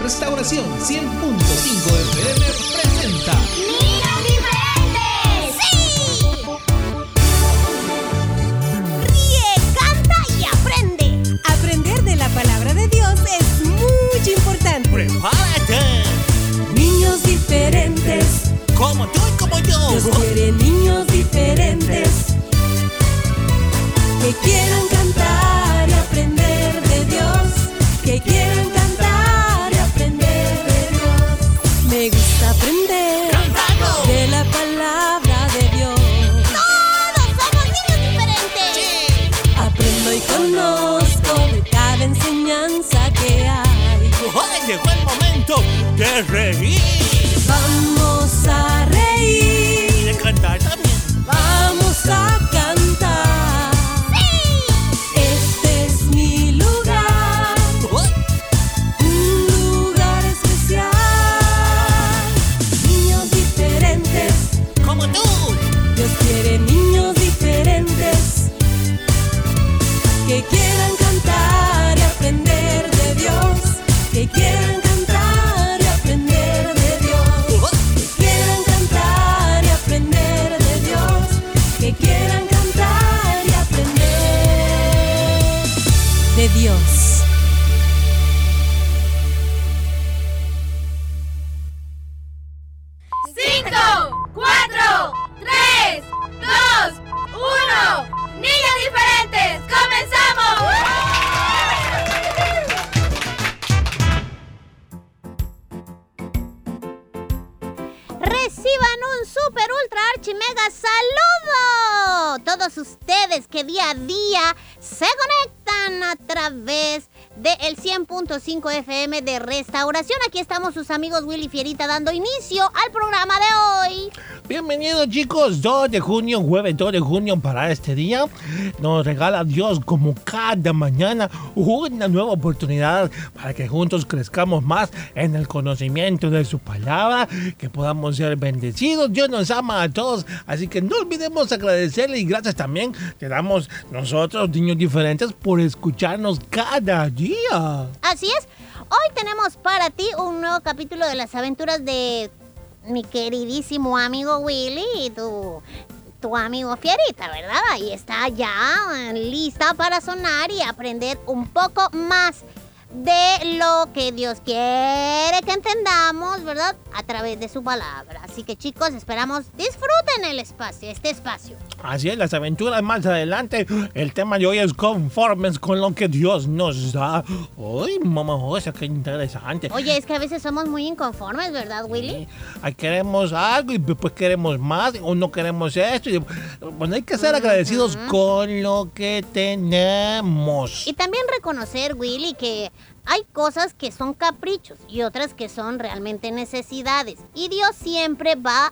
Restauración 100.5 FM presenta ¡Niños diferentes! ¡Sí! Ríe, canta y aprende. Aprender de la palabra de Dios es muy importante. ¡Prepárate! Niños diferentes. Como tú y como yo. Dios quiere niños diferentes que quieran cantar y aprender de Dios. Que quieran cantar y aprender de Dios. Me gusta aprender ¡Cantando! de la palabra de Dios. ¡Todos somos niños diferentes! Sí. Aprendo y conozco de cada enseñanza que hay. ¡Hoy llegó el momento de reír! Vamos a reír. Y de cantar también. Vamos a cantar. ¡Sí! Este es mi lugar, un lugar especial. Niños diferentes, Como tú. Dios quiere niños diferentes que quieran cantar y aprender de Dios. Que quieran cantar y aprender de Dios. Que quieran cantar y aprender de Dios. Que quieran cantar y aprender de Dios. ¡5, 4, 3, 2, 1! ¡Niños diferentes! ¡Comenzamos! Reciban un super ultra archi mega saludo. Todos ustedes que día a día se conectan a través del 100.5 FM de Restauración. Aquí estamos sus amigos Willy Fierita dando inicio al programa de hoy. Bienvenidos chicos, 2 de junio, jueves 2 de junio para este día. Nos regala Dios como cada mañana una nueva oportunidad para que juntos crezcamos más en el conocimiento de su palabra, que podamos ser bendecidos. Dios nos ama a todos, así que no olvidemos agradecerle y gracias también te damos nosotros, niños diferentes, por escucharnos cada día. Así es, hoy tenemos para ti un nuevo capítulo de las aventuras de mi queridísimo amigo Willy y tu amigo Fierita, ¿verdad? Ahí está ya lista para sonar y aprender un poco más de lo que Dios quiere que entendamos, ¿verdad? A través de su palabra. Así que chicos, esperamos disfruten este espacio. Así es, las aventuras más adelante. El tema de hoy es conformes con lo que Dios nos da. ¡Uy, mamá José, qué interesante! Oye, es que a veces somos muy inconformes, ¿verdad, Willy? Ahí queremos algo y después queremos más o no queremos esto. Bueno, hay que ser agradecidos con lo que tenemos. Y también reconocer, Willy, que hay cosas que son caprichos y otras que son realmente necesidades. Y Dios siempre va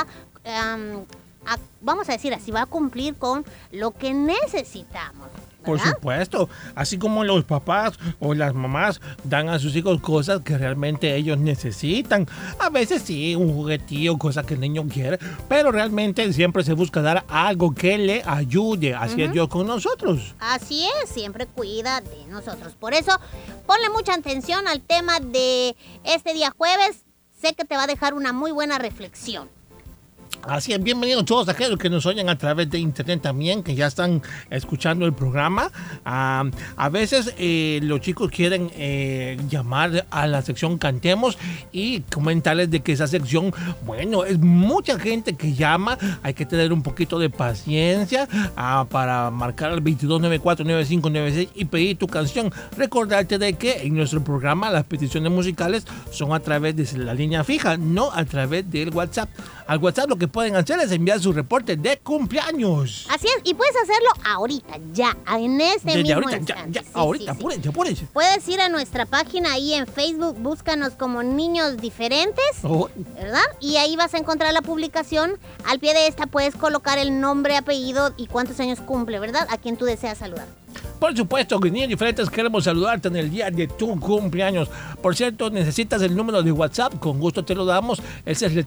vamos a decir así, va a cumplir con lo que necesitamos. Por ¿verdad? supuesto, así como los papás o las mamás dan a sus hijos cosas que realmente ellos necesitan. A veces sí, un juguetillo, cosa que el niño quiere, pero realmente siempre se busca dar algo que le ayude. Así es Dios con nosotros. Así es, siempre cuida de nosotros. Por eso, ponle mucha atención al tema de este día jueves. Sé que te va a dejar una muy buena reflexión. Así es, bienvenidos todos aquellos que nos oyen a través de internet también, que ya están escuchando el programa. A veces los chicos quieren llamar a la sección Cantemos y comentarles de que esa sección, bueno, es mucha gente que llama, hay que tener un poquito de paciencia para marcar al 2294-9596 y pedir tu canción. Recordarte de que en nuestro programa las peticiones musicales son a través de la línea fija, no a través del WhatsApp. Al WhatsApp lo que pueden hacer es enviar su reporte de cumpleaños. Así es, y puedes hacerlo ahorita, ya, en este Desde mismo ahorita, instante. ya, ahorita, apúrense, apúrense. Puedes ir a nuestra página ahí en Facebook, búscanos como Niños Diferentes, Oh, ¿verdad? Y ahí vas a encontrar la publicación. Al pie de esta puedes colocar el nombre, apellido y cuántos años cumple, ¿verdad? A quien tú deseas saludar. por supuesto, que niños diferentes queremos saludarte en el día de tu cumpleaños. Por cierto, necesitas el número de WhatsApp, con gusto te lo damos. Ese es el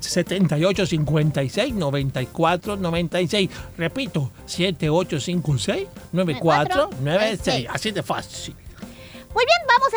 7856-9496. Repito, 7856-9496. Así de fácil. Muy bien, vamos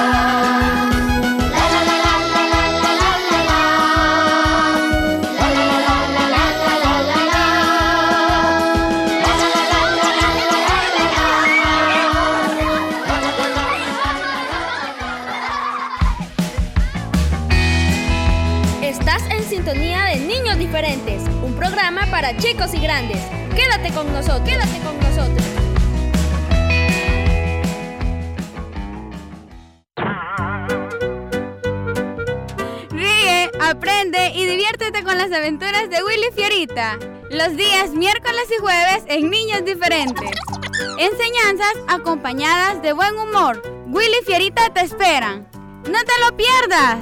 Estás en sintonía de Niños Diferentes, un programa para chicos y grandes. Quédate con nosotros, quédate con nosotros. Ríe, aprende y diviértete con las aventuras de Willy Fierita. Los días miércoles y jueves en Niños Diferentes. Enseñanzas acompañadas de buen humor. Willy Fierita te esperan. ¡No te lo pierdas!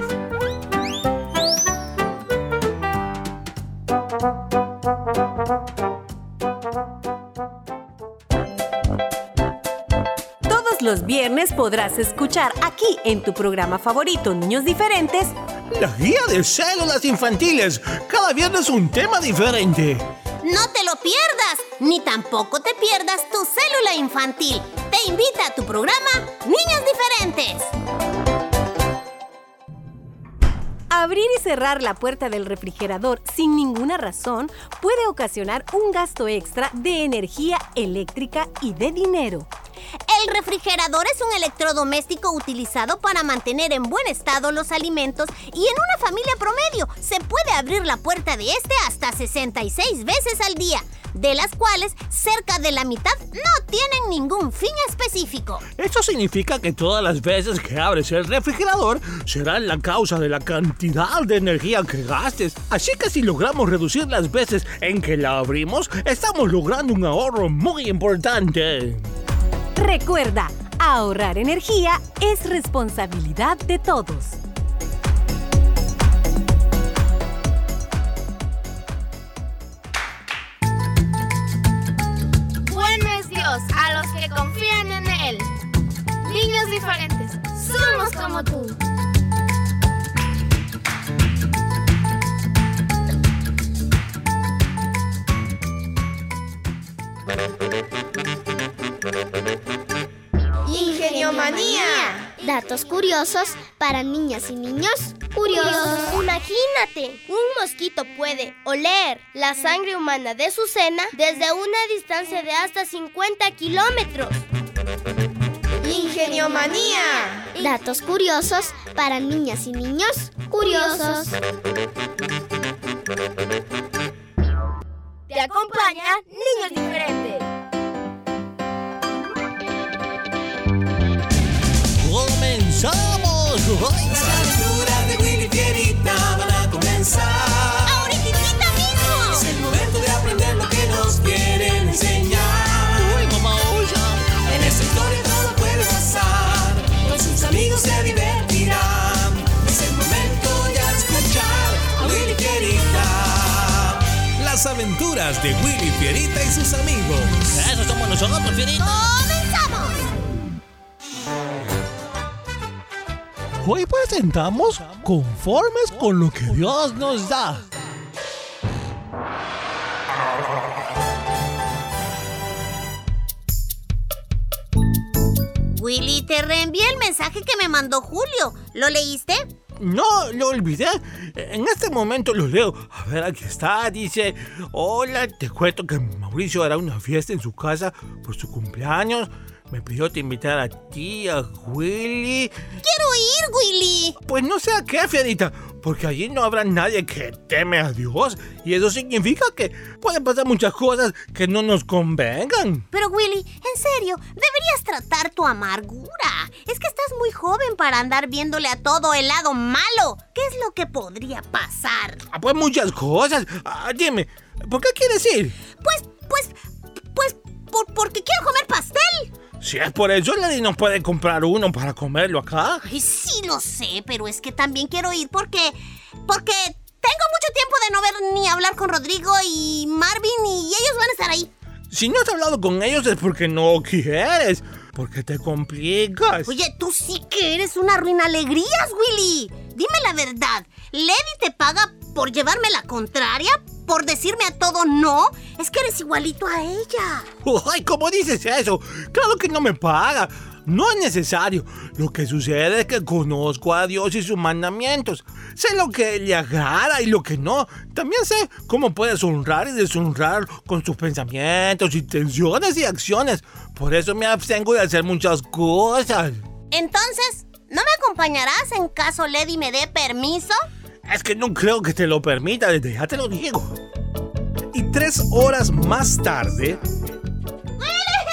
Todos los viernes podrás escuchar aquí en tu programa favorito Niños Diferentes La guía de células infantiles. Cada viernes un tema diferente. No te lo pierdas, ni tampoco te pierdas tu célula infantil. Te invita a tu programa Niños Diferentes. Abrir y cerrar la puerta del refrigerador sin ninguna razón puede ocasionar un gasto extra de energía eléctrica y de dinero. El refrigerador es un electrodoméstico utilizado para mantener en buen estado los alimentos y en una familia promedio se puede abrir la puerta de este hasta 66 veces al día, de las cuales cerca de la mitad no tienen ningún fin específico. Esto significa que todas las veces que abres el refrigerador será la causa de la cantidad de energía que gastes. Así que si logramos reducir las veces en que la abrimos, estamos logrando un ahorro muy importante. Recuerda, ahorrar energía es responsabilidad de todos. Bueno es Dios a los que confían en Él. Niños diferentes, somos como tú. Ingeniomanía. Datos curiosos para niñas y niños curiosos. Imagínate, un mosquito puede oler la sangre humana de su cena desde una distancia de hasta 50 kilómetros. Ingeniomanía. Datos curiosos para niñas y niños curiosos. Te acompaña Niños Diferentes. ¡Comenzamos! Las aventuras de Willy Fierita van a comenzar. ¡Ahorita mismo! Es el momento de aprender lo que nos quieren enseñar. En esta historia todo puede pasar. Con sus amigos se divertirán. Es el momento ya de escuchar a Willy Fierita. Las aventuras de Willy Fierita y sus amigos. Eso somos nosotros, Fierita. ¡Comenzamos! Hoy presentamos Conformes con lo que Dios nos da. Willy, te reenvié el mensaje que me mandó Julio. ¿Lo leíste? No, lo olvidé. En este momento lo leo. A ver, aquí está. Dice: hola, te cuento que Mauricio hará una fiesta en su casa por su cumpleaños. Me pidió te invitar a ti, a Willy. ¡Quiero ir, Willy! Pues no sé a qué, Fierita, porque allí no habrá nadie que teme a Dios. Y eso significa que pueden pasar muchas cosas que no nos convengan. Pero Willy, en serio, deberías tratar tu amargura. Es que estás muy joven para andar viéndole a todo el lado malo. ¿Qué es lo que podría pasar? Pues muchas cosas. Dime, ¿por qué quieres ir? Porque quiero comer pastel. Si es por eso, Lady nos puede comprar uno para comerlo acá. Ay, sí lo sé, pero es que también quiero ir porque tengo mucho tiempo de no ver ni hablar con Rodrigo y Marvin y ellos van a estar ahí. Si no has hablado con ellos es porque no quieres, porque te complicas. Oye, tú sí que eres una ruinalegrías, Willy. Dime la verdad, ¿Lady te paga por llevarme la contraria? ¿Por decirme a todo no? Es que eres igualito a ella. Ay, ¿cómo dices eso? Claro que no me paga. No es necesario. Lo que sucede es que conozco a Dios y sus mandamientos. Sé lo que le agrada y lo que no. También sé cómo puedes honrar y deshonrar con sus pensamientos, intenciones y acciones. Por eso me abstengo de hacer muchas cosas. Entonces, ¿no me acompañarás en caso Lady me dé permiso? Es que no creo que te lo permita, desde ya te lo digo. Y 3 horas más tarde... ¡Willy!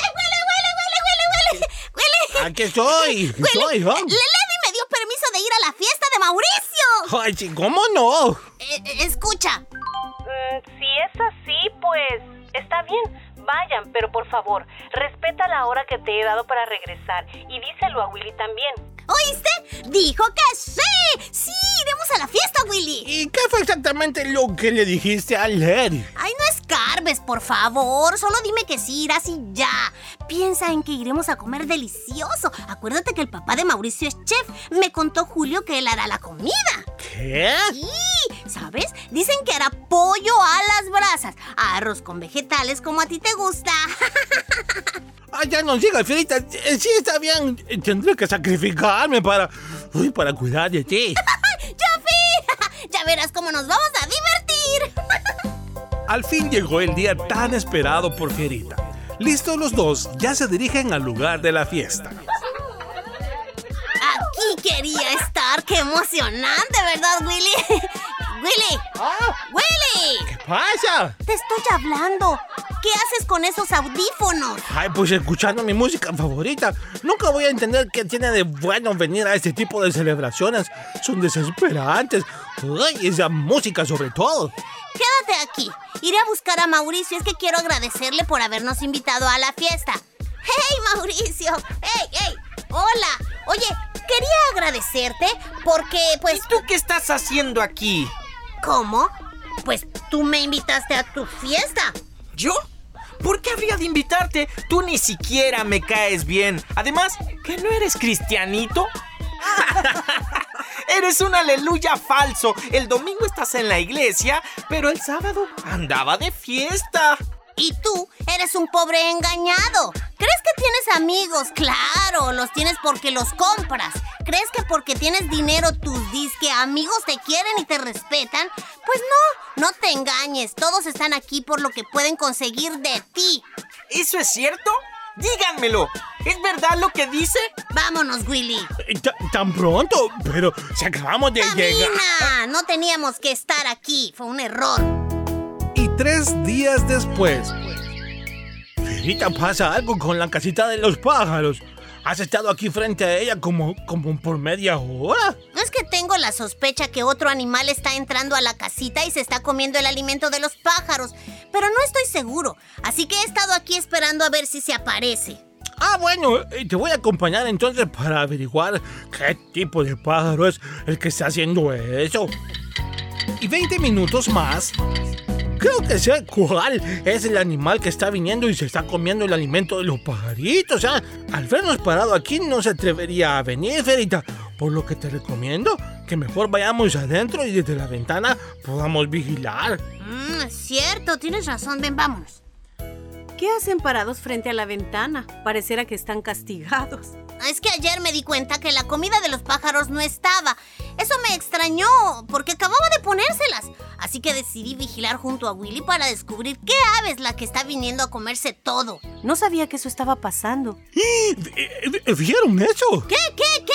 ¡Aquí estoy! Lady me dio permiso de ir a la fiesta de Mauricio. ¡Ay, sí, cómo no! Escucha. Si es así, pues está bien. Vayan, pero por favor, respeta la hora que te he dado para regresar y díselo a Willy también. ¿Oíste? Dijo que sí. Sí, iremos a la fiesta, Willy. ¿Y qué fue exactamente lo que le dijiste a Lady? Ay, no escarbes, por favor. Solo dime que sí, irás y ya. Piensa en que iremos a comer delicioso. Acuérdate que el papá de Mauricio es chef. Me contó Julio que él hará la comida. ¿Qué? Sí, ¿sabes? Dicen que hará pollo a las brasas, arroz con vegetales como a ti te gusta. Ya no sigas, Fierita. Sí, está bien. Tendré que sacrificarme para cuidar de ti. ¡Yo fui! verás cómo nos vamos a divertir. Al fin llegó el día tan esperado por Fierita. Listos los dos, ya se dirigen al lugar de la fiesta. Aquí quería estar, qué emocionante, ¿verdad, Willy? ¡Willy! ¡Willy! ¿Qué pasa? Te estoy hablando. ¿Qué haces con esos audífonos? Ay, pues escuchando mi música favorita. Nunca voy a entender qué tiene de bueno venir a este tipo de celebraciones. Son desesperantes. Ay, esa música sobre todo. Quédate aquí. Iré a buscar a Mauricio. Es que quiero agradecerle por habernos invitado a la fiesta. ¡Hey, Mauricio! ¡Hey! ¡Hola! Oye, quería agradecerte porque, pues... ¿Y tú qué estás haciendo aquí? ¿Cómo? Pues tú me invitaste a tu fiesta. ¿Yo? ¿Por qué habría de invitarte? Tú ni siquiera me caes bien. Además, ¿que no eres cristianito? Eres un aleluya falso. El domingo estás en la iglesia, pero el sábado andaba de fiesta. Y tú eres un pobre engañado. ¿Crees que tienes amigos? Claro, los tienes porque los compras. ¿Crees que porque tienes dinero tus disque amigos te quieren y te respetan? Pues no te engañes. Todos están aquí por lo que pueden conseguir de ti. ¿Eso es cierto? Díganmelo. ¿Es verdad lo que dice? Vámonos, Willy. ¿Tan pronto? Pero si acabamos de llegar. ¡Camina! No teníamos que estar aquí. Fue un error. Y 3 días después... Fierita, pasa algo con la casita de los pájaros. ¿Has estado aquí frente a ella como por media hora? Es que tengo la sospecha que otro animal está entrando a la casita y se está comiendo el alimento de los pájaros, pero no estoy seguro, así que he estado aquí esperando a ver si se aparece. Ah, bueno, te voy a acompañar entonces para averiguar qué tipo de pájaro es el que está haciendo eso. Y 20 minutos más... Creo que sé cuál es el animal que está viniendo y se está comiendo el alimento de los pajaritos. Al vernos parado aquí no se atrevería a venir, Fierita. Por lo que te recomiendo que mejor vayamos adentro y desde la ventana podamos vigilar. Es cierto, tienes razón. Ven, vámonos. ¿Qué hacen parados frente a la ventana? Pareciera que están castigados. Es que ayer me di cuenta que la comida de los pájaros no estaba. Eso me extrañó, porque acababa de ponérselas. Así que decidí vigilar junto a Willy para descubrir qué ave es la que está viniendo a comerse todo. No sabía que eso estaba pasando. ¿Vieron eso? ¿Qué?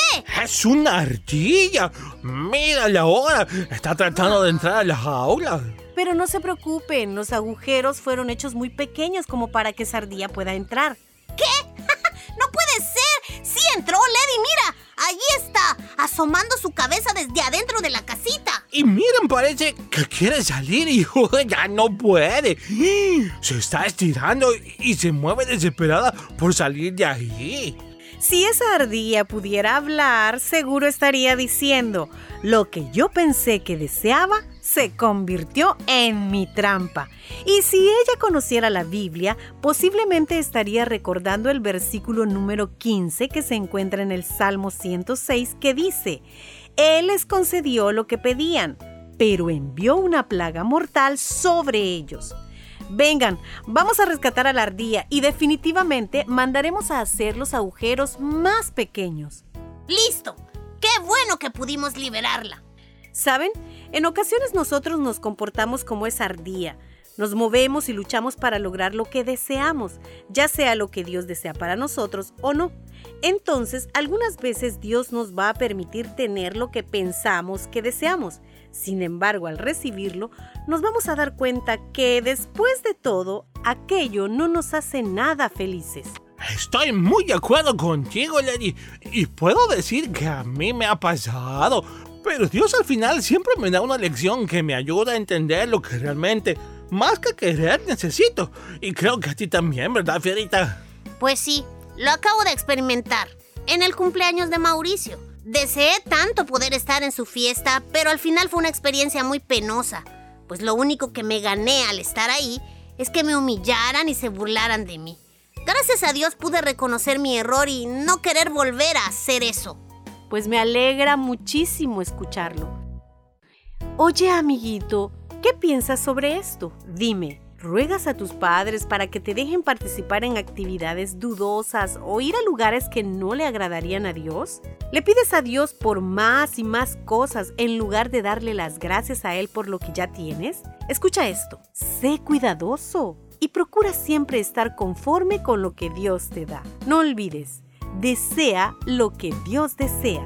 Es una ardilla. Mírala ahora. Está tratando de entrar a la jaula. Pero no se preocupen, los agujeros fueron hechos muy pequeños como para que esa ardilla pueda entrar. ¿Qué? ¡No puede ser! ¡Sí entró, Lady! ¡Mira! ¡Ahí está! Asomando su cabeza desde adentro de la casita. Y miren, parece que quiere salir y ya no puede. Se está estirando y se mueve desesperada por salir de ahí. Si esa ardilla pudiera hablar, seguro estaría diciendo: lo que yo pensé que deseaba se convirtió en mi trampa. Y si ella conociera la Biblia, posiblemente estaría recordando el versículo número 15 que se encuentra en el Salmo 106, que dice: Él les concedió lo que pedían, pero envió una plaga mortal sobre ellos. Vengan, vamos a rescatar a la ardilla y definitivamente mandaremos a hacer los agujeros más pequeños. ¡Listo! ¡Qué bueno que pudimos liberarla! ¿Saben? En ocasiones nosotros nos comportamos como esa ardilla. Nos movemos y luchamos para lograr lo que deseamos, ya sea lo que Dios desea para nosotros o no. Entonces, algunas veces Dios nos va a permitir tener lo que pensamos que deseamos. Sin embargo, al recibirlo, nos vamos a dar cuenta que después de todo, aquello no nos hace nada felices. Estoy muy de acuerdo contigo, Lady, y puedo decir que a mí me ha pasado. Pero Dios al final siempre me da una lección que me ayuda a entender lo que realmente, más que querer, necesito. Y creo que a ti también, ¿verdad, Fierita? Pues sí, lo acabo de experimentar en el cumpleaños de Mauricio. Deseé tanto poder estar en su fiesta, pero al final fue una experiencia muy penosa. Pues lo único que me gané al estar ahí es que me humillaran y se burlaran de mí. Gracias a Dios pude reconocer mi error y no querer volver a hacer eso. Pues me alegra muchísimo escucharlo. Oye, amiguito, ¿qué piensas sobre esto? Dime, ¿Ruegas a tus padres para que te dejen participar en actividades dudosas o ir a lugares que no le agradarían a Dios? ¿Le pides a Dios por más y más cosas en lugar de darle las gracias a Él por lo que ya tienes? Escucha esto, sé cuidadoso y procura siempre estar conforme con lo que Dios te da. No olvides, desea lo que Dios desea.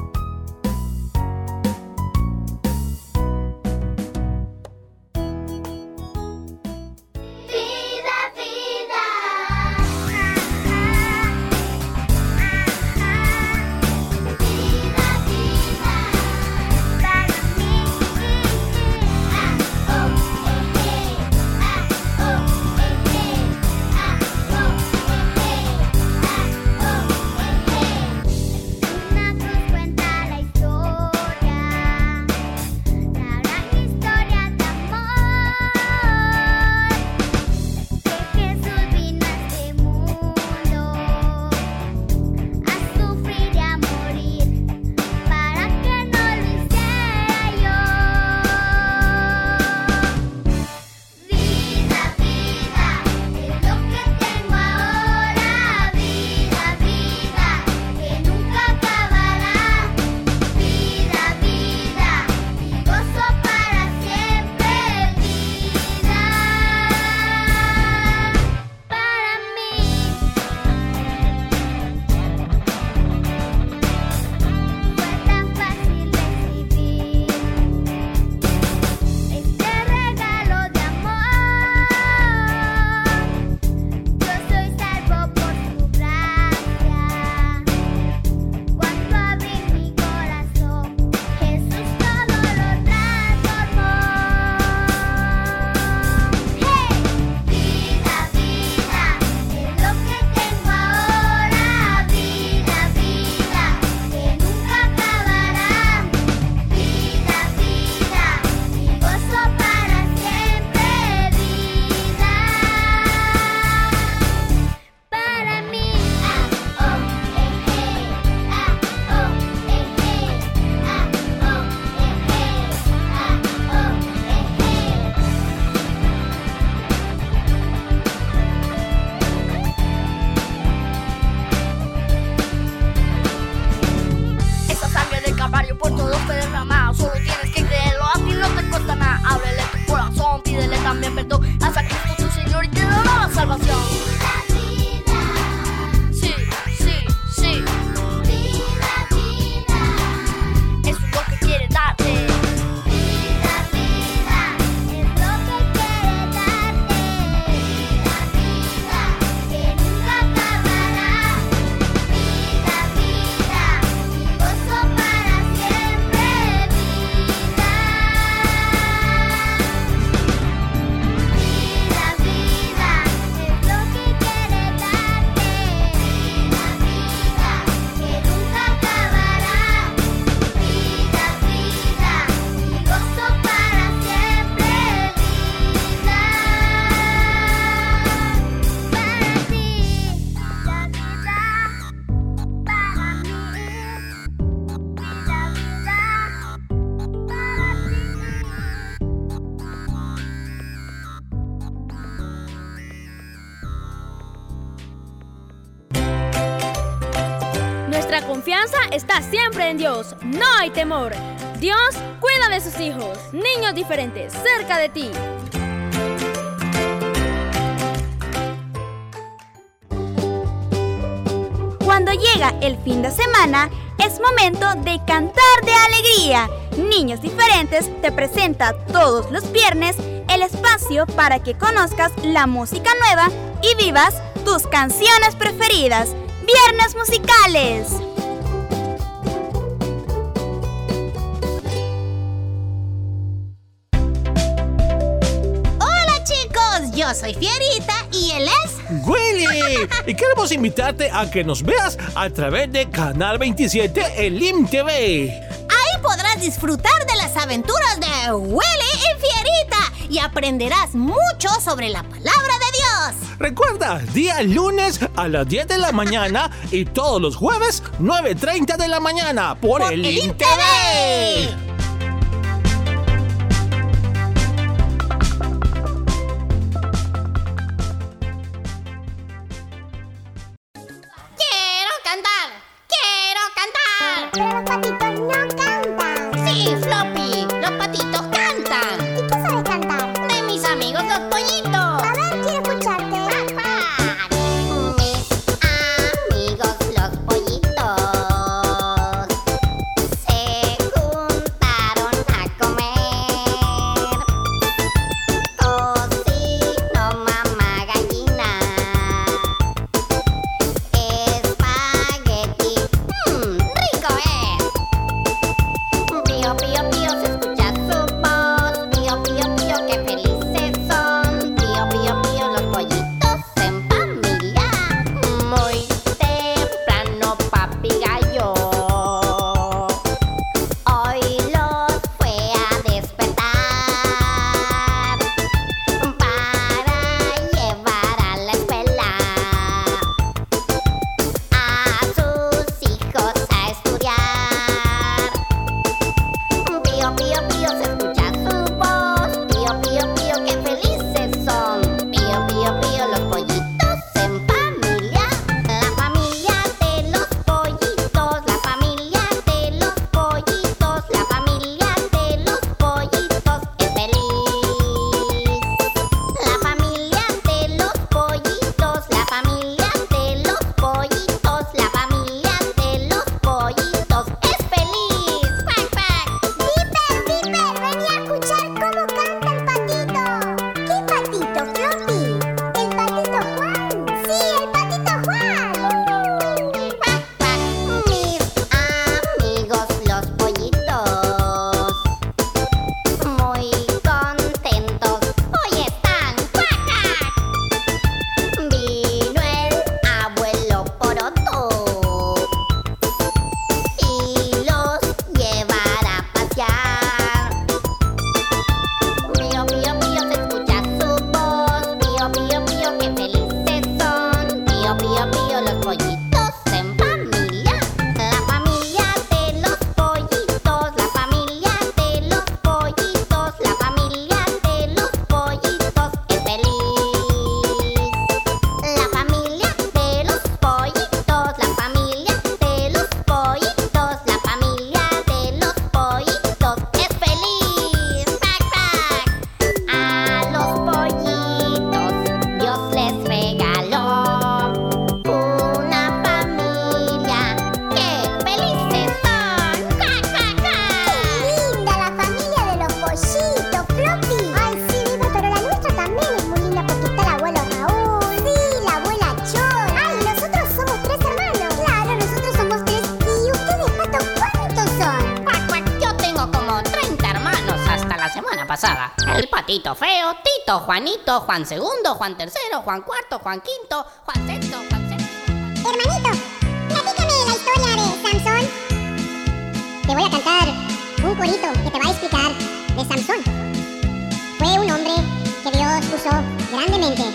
Nuestra confianza está siempre en Dios. No hay temor. Dios cuida de sus hijos, niños diferentes, cerca de ti. Cuando llega el fin de semana, es momento de cantar de alegría. Niños Diferentes te presenta todos los viernes el espacio para que conozcas la música nueva y vivas tus canciones preferidas. Viernes musicales. Hola chicos, yo soy Fierita y él es... ¡Willy! Y queremos invitarte a que nos veas a través de Canal 27 en LIM TV. Ahí podrás disfrutar de las aventuras de Willy y Fierita y aprenderás mucho sobre la palabra de Dios. Recuerda, día lunes a las 10 de la mañana y todos los jueves 9:30 de la mañana por el LIM TV. pasada. El Patito Feo, Tito, Juanito, Juan Segundo, Juan Tercero, Juan Cuarto, Juan Quinto, Juan Sexto, Juan Séptimo. Hermanito, platícame la historia de Sansón. Te voy a cantar un corito que te va a explicar de Sansón. Fue un hombre que Dios usó grandemente.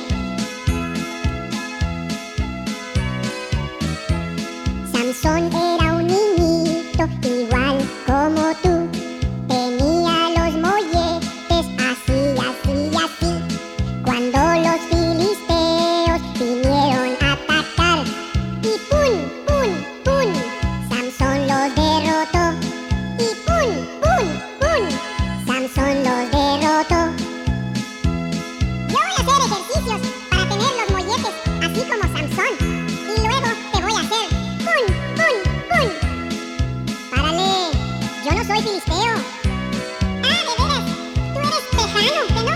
Sansón era un niñito igual como tú. Tenía los molletes así, así, así. Cuando los filisteos vinieron a atacar, y ¡pum, pum, pum! Sansón los derrotó. Y ¡pum, pum, pum! Sansón los derrotó. Yo voy a hacer ejercicios para tener los molletes así como Sansón. Y luego te voy a hacer ¡pum, pum, pum! Párale, yo no soy filisteo. Ah, de veras, tú eres tejano,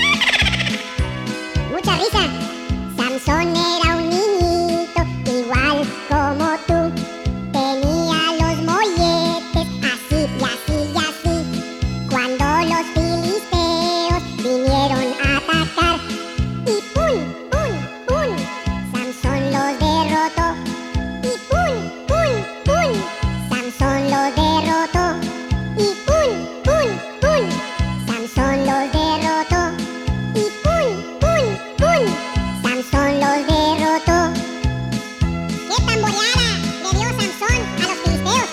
¿no? Mucha risa. Sansón era un niñito igual como tú. Tenía los molletes así y así y así. Cuando los filisteos vinieron a atacar, y ¡pum, pum, pum! Sansón los derrotó. Y ¡pum, pum, pum! Sansón los derrotó. Y ¡pum, pum, pum! Sansón los derrotó. Y ¡pum, pum, pum! Sansón los derrotó. ¡Qué tamboreada le dio Sansón a los filisteos!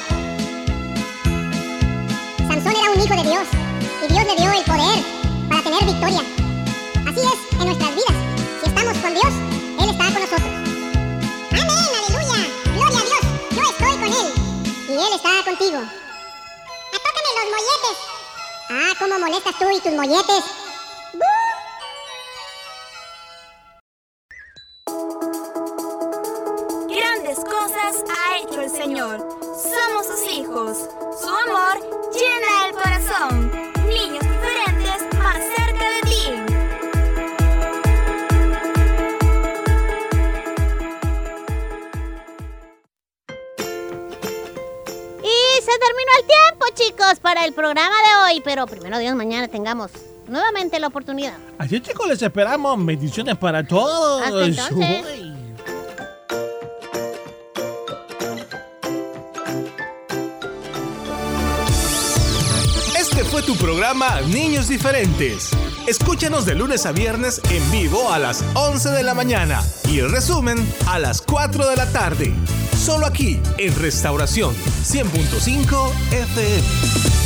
Sansón era un hijo de Dios y Dios le dio el poder para tener victoria. Así es en nuestras vidas. Si estamos con Dios, Él está con nosotros. ¡Amén! ¡Aleluya! ¡Gloria a Dios! Yo estoy con Él y Él está contigo. ¡Atócame los molletes! ¡Ah, cómo molestas tú y tus molletes! ¡Bú! Grandes cosas ha hecho el Señor. Somos sus hijos. Su amor llena el corazón. Niños diferentes más cerca de ti. Y se terminó el tiempo, chicos, para el programa de hoy. Pero primero Dios, mañana tengamos nuevamente la oportunidad. Así, chicos, les esperamos. Bendiciones para todos. Hasta entonces. Uy. Este fue tu programa Niños Diferentes. Escúchanos de lunes a viernes en vivo a las 11 de la mañana y el resumen a las 4 de la tarde. Solo aquí en Restauración 100.5 FM.